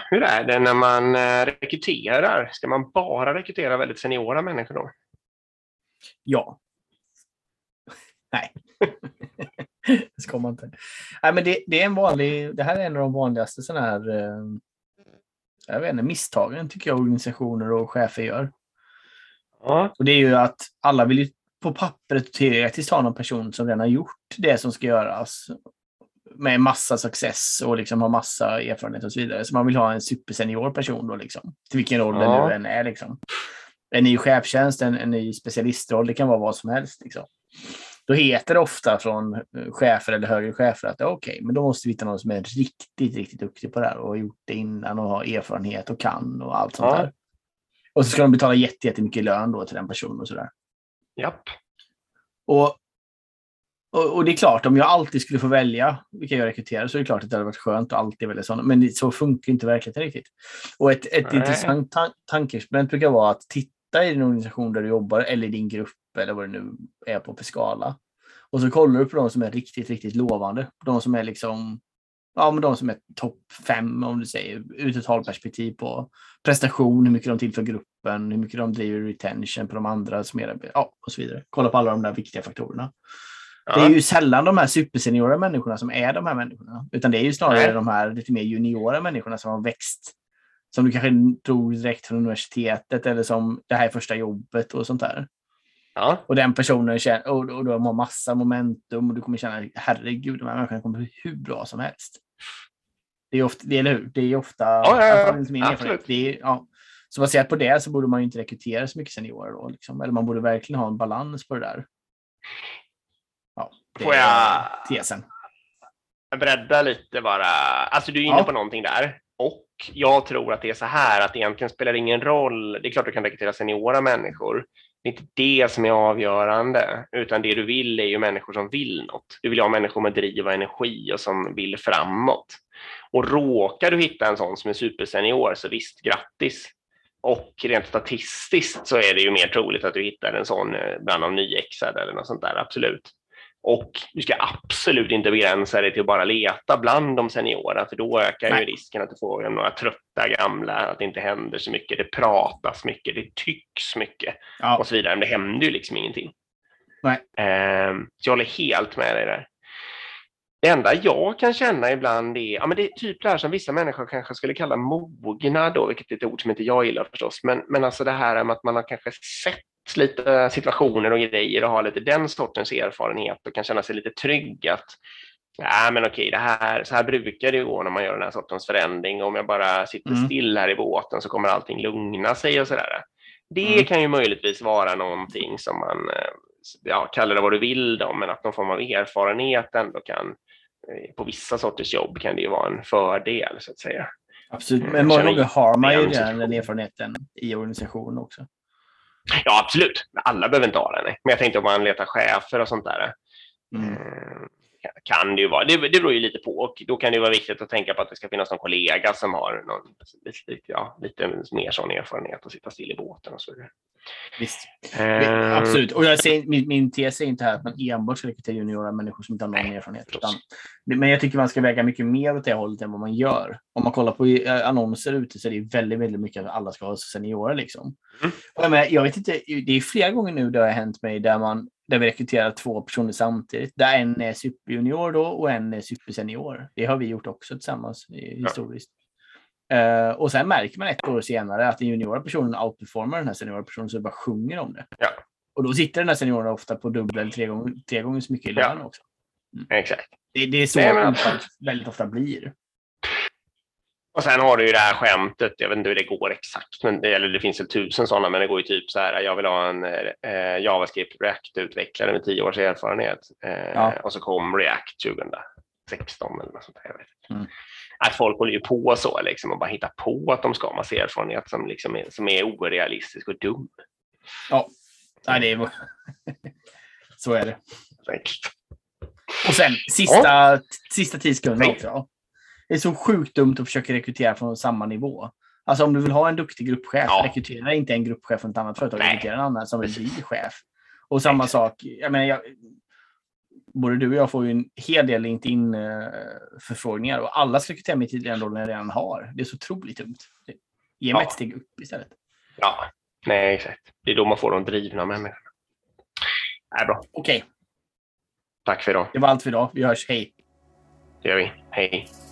hur är det när man rekryterar? Ska man bara rekrytera väldigt seniora människor då? Ja. Nej. Det ska man inte. Nej, men det är en vanlig, det här är en av de vanligaste sådana här jag vet inte, misstagen tycker jag organisationer och chefer gör. Ja. Och det är ju att alla vill ju på pappret teoretiskt ha någon person som redan har gjort det som ska göras med massa success och liksom har massa erfarenhet och så vidare. Så man vill ha en supersenior person då liksom. Till vilken roll det nu än är liksom. En ny chefstjänst, en ny specialistroll, det kan vara vad som helst liksom. Då heter det ofta från chefer eller högre chefer att okej, men då måste vi hitta någon som är riktigt, riktigt duktig på det här och har gjort det innan och har erfarenhet och kan och allt sånt där. Och så ska de betala jättemycket lön då till den personen och sådär. Japp. Och det är klart, om jag alltid skulle få välja vilka jag rekryterar så är det klart att det hade varit skönt och alltid välja sådana. Men så funkar inte verkligheten riktigt. Och ett intressant tankeexperiment brukar vara att titta i din organisation där du jobbar eller i din grupp eller vad det nu är på för skala. Och så kollar du på de som är riktigt, riktigt lovande. De som är liksom, ja men de som är topp 5 om du säger, ur ett totalperspektiv på prestation, hur mycket de tillför gruppen, hur mycket de driver retention på de andra som är, ja och så vidare. Kolla på alla de där viktiga faktorerna. Det är ju sällan de här superseniora människorna som är de här människorna. Utan det är ju snarare de här lite mer juniora människorna som har växt. Som du kanske tror direkt från universitetet eller som det här är första jobbet och sånt där. Ja. Och den personen känner, och de har massa momentum och du kommer känna, herregud, de här människorna kommer bli hur bra som helst. Det är ofta, eller hur? Det är ofta min erfarenhet. Så baserat på det så borde man ju inte rekrytera så mycket seniorer då. Liksom. Eller man borde verkligen ha en balans på det där. Ja, får jag tesen. Bredda lite bara. Alltså du är inne på någonting där. Och jag tror att det är så här att det egentligen spelar ingen roll. Det är klart du kan rekrytera seniora människor. Det är inte det som är avgörande. Utan det du vill är ju människor som vill något. Du vill ha människor med driv och energi och som vill framåt. Och råkar du hitta en sån som är supersenior så visst, grattis. Och rent statistiskt så är det ju mer troligt att du hittar en sån bland de nyexade eller något sånt där, absolut. Och du ska absolut inte begränsa dig till att bara leta bland de seniora, för då ökar ju risken att du får några trötta gamla, att det inte händer så mycket, det pratas mycket, det tycks mycket och så vidare, men det händer ju liksom ingenting. Nej. Så jag håller helt med dig där. Det enda jag kan känna ibland är, men det är typ det här som vissa människor kanske skulle kalla mognad då, vilket är ett ord som inte jag gillar förstås, men alltså det här med att man har kanske sett lite situationer och grejer och har lite den sortens erfarenhet och kan känna sig lite trygg att men okej, så här brukar det gå när man gör den här sortens förändring. Om jag bara sitter still här i båten så kommer allting lugna sig och sådär. Det kan ju möjligtvis vara någonting som man kallar det vad du vill då, men att någon form av erfarenhet ändå kan, på vissa sorters jobb kan det ju vara en fördel så att säga. Absolut, men många gånger har man ju den erfarenheten i organisationen också. Ja, absolut. Alla behöver inte ha den. Men jag tänkte om man letar chefer och sånt där. Kan det ju vara. Det beror ju lite på. Och då kan det ju vara viktigt att tänka på att det ska finnas någon kollega som har lite mer sån erfarenhet att sitta still i båten och så vidare. Visst. Absolut. Och jag säger, min tes är inte här att man enbart ska rekrytera juniora människor som inte har någon erfarenhet. Men jag tycker man ska väga mycket mer åt det hållet än vad man gör. Om man kollar på annonser ute så är det väldigt, väldigt mycket att alla ska ha seniorer liksom. Jag vet inte, det är flera gånger nu det har hänt mig där vi rekryterar 2 personer samtidigt. Där en är superjunior då och en är supersenior. Det har vi gjort också tillsammans historiskt. Och sen märker man 1 år senare att den juniora personen outperformar den här seniora personen så det bara sjunger om det. Ja. Och då sitter den här senioren ofta på dubbla eller 3 gånger så mycket i lön också. Exakt. Det är så det väldigt ofta blir. Och sen har du ju det här skämtet, jag vet inte hur det går exakt, men det finns 1000 sådana, men det går ju typ så här, jag vill ha en JavaScript React-utvecklare med 10 års erfarenhet. Och så kom React 2016 eller något sånt där, jag vet inte. Att folk håller ju på så liksom och bara hittar på att de ska ha massa erfarenhet som, liksom som är orealistisk och dum. Ja, det är så är det. Och sen sista 10 sekunder också. Det är så sjukt dumt att försöka rekrytera från samma nivå. Alltså om du vill ha en duktig gruppchef, rekrytera inte en gruppchef från ett annat företag, rekrytera en annan som vill bli chef. Och samma sak, jag menar, både du och jag får ju en hel del LinkedIn-förfrågningar och alla ska rekrytera mig till den rollen jag redan har. Det är så otroligt dumt. Ge mig ett steg upp istället. Ja, nej exakt. Det är då man får de drivna människorna. Bra. Okej. Tack för idag. Det var allt för idag. Vi hörs. Hej. Det gör vi. Hej.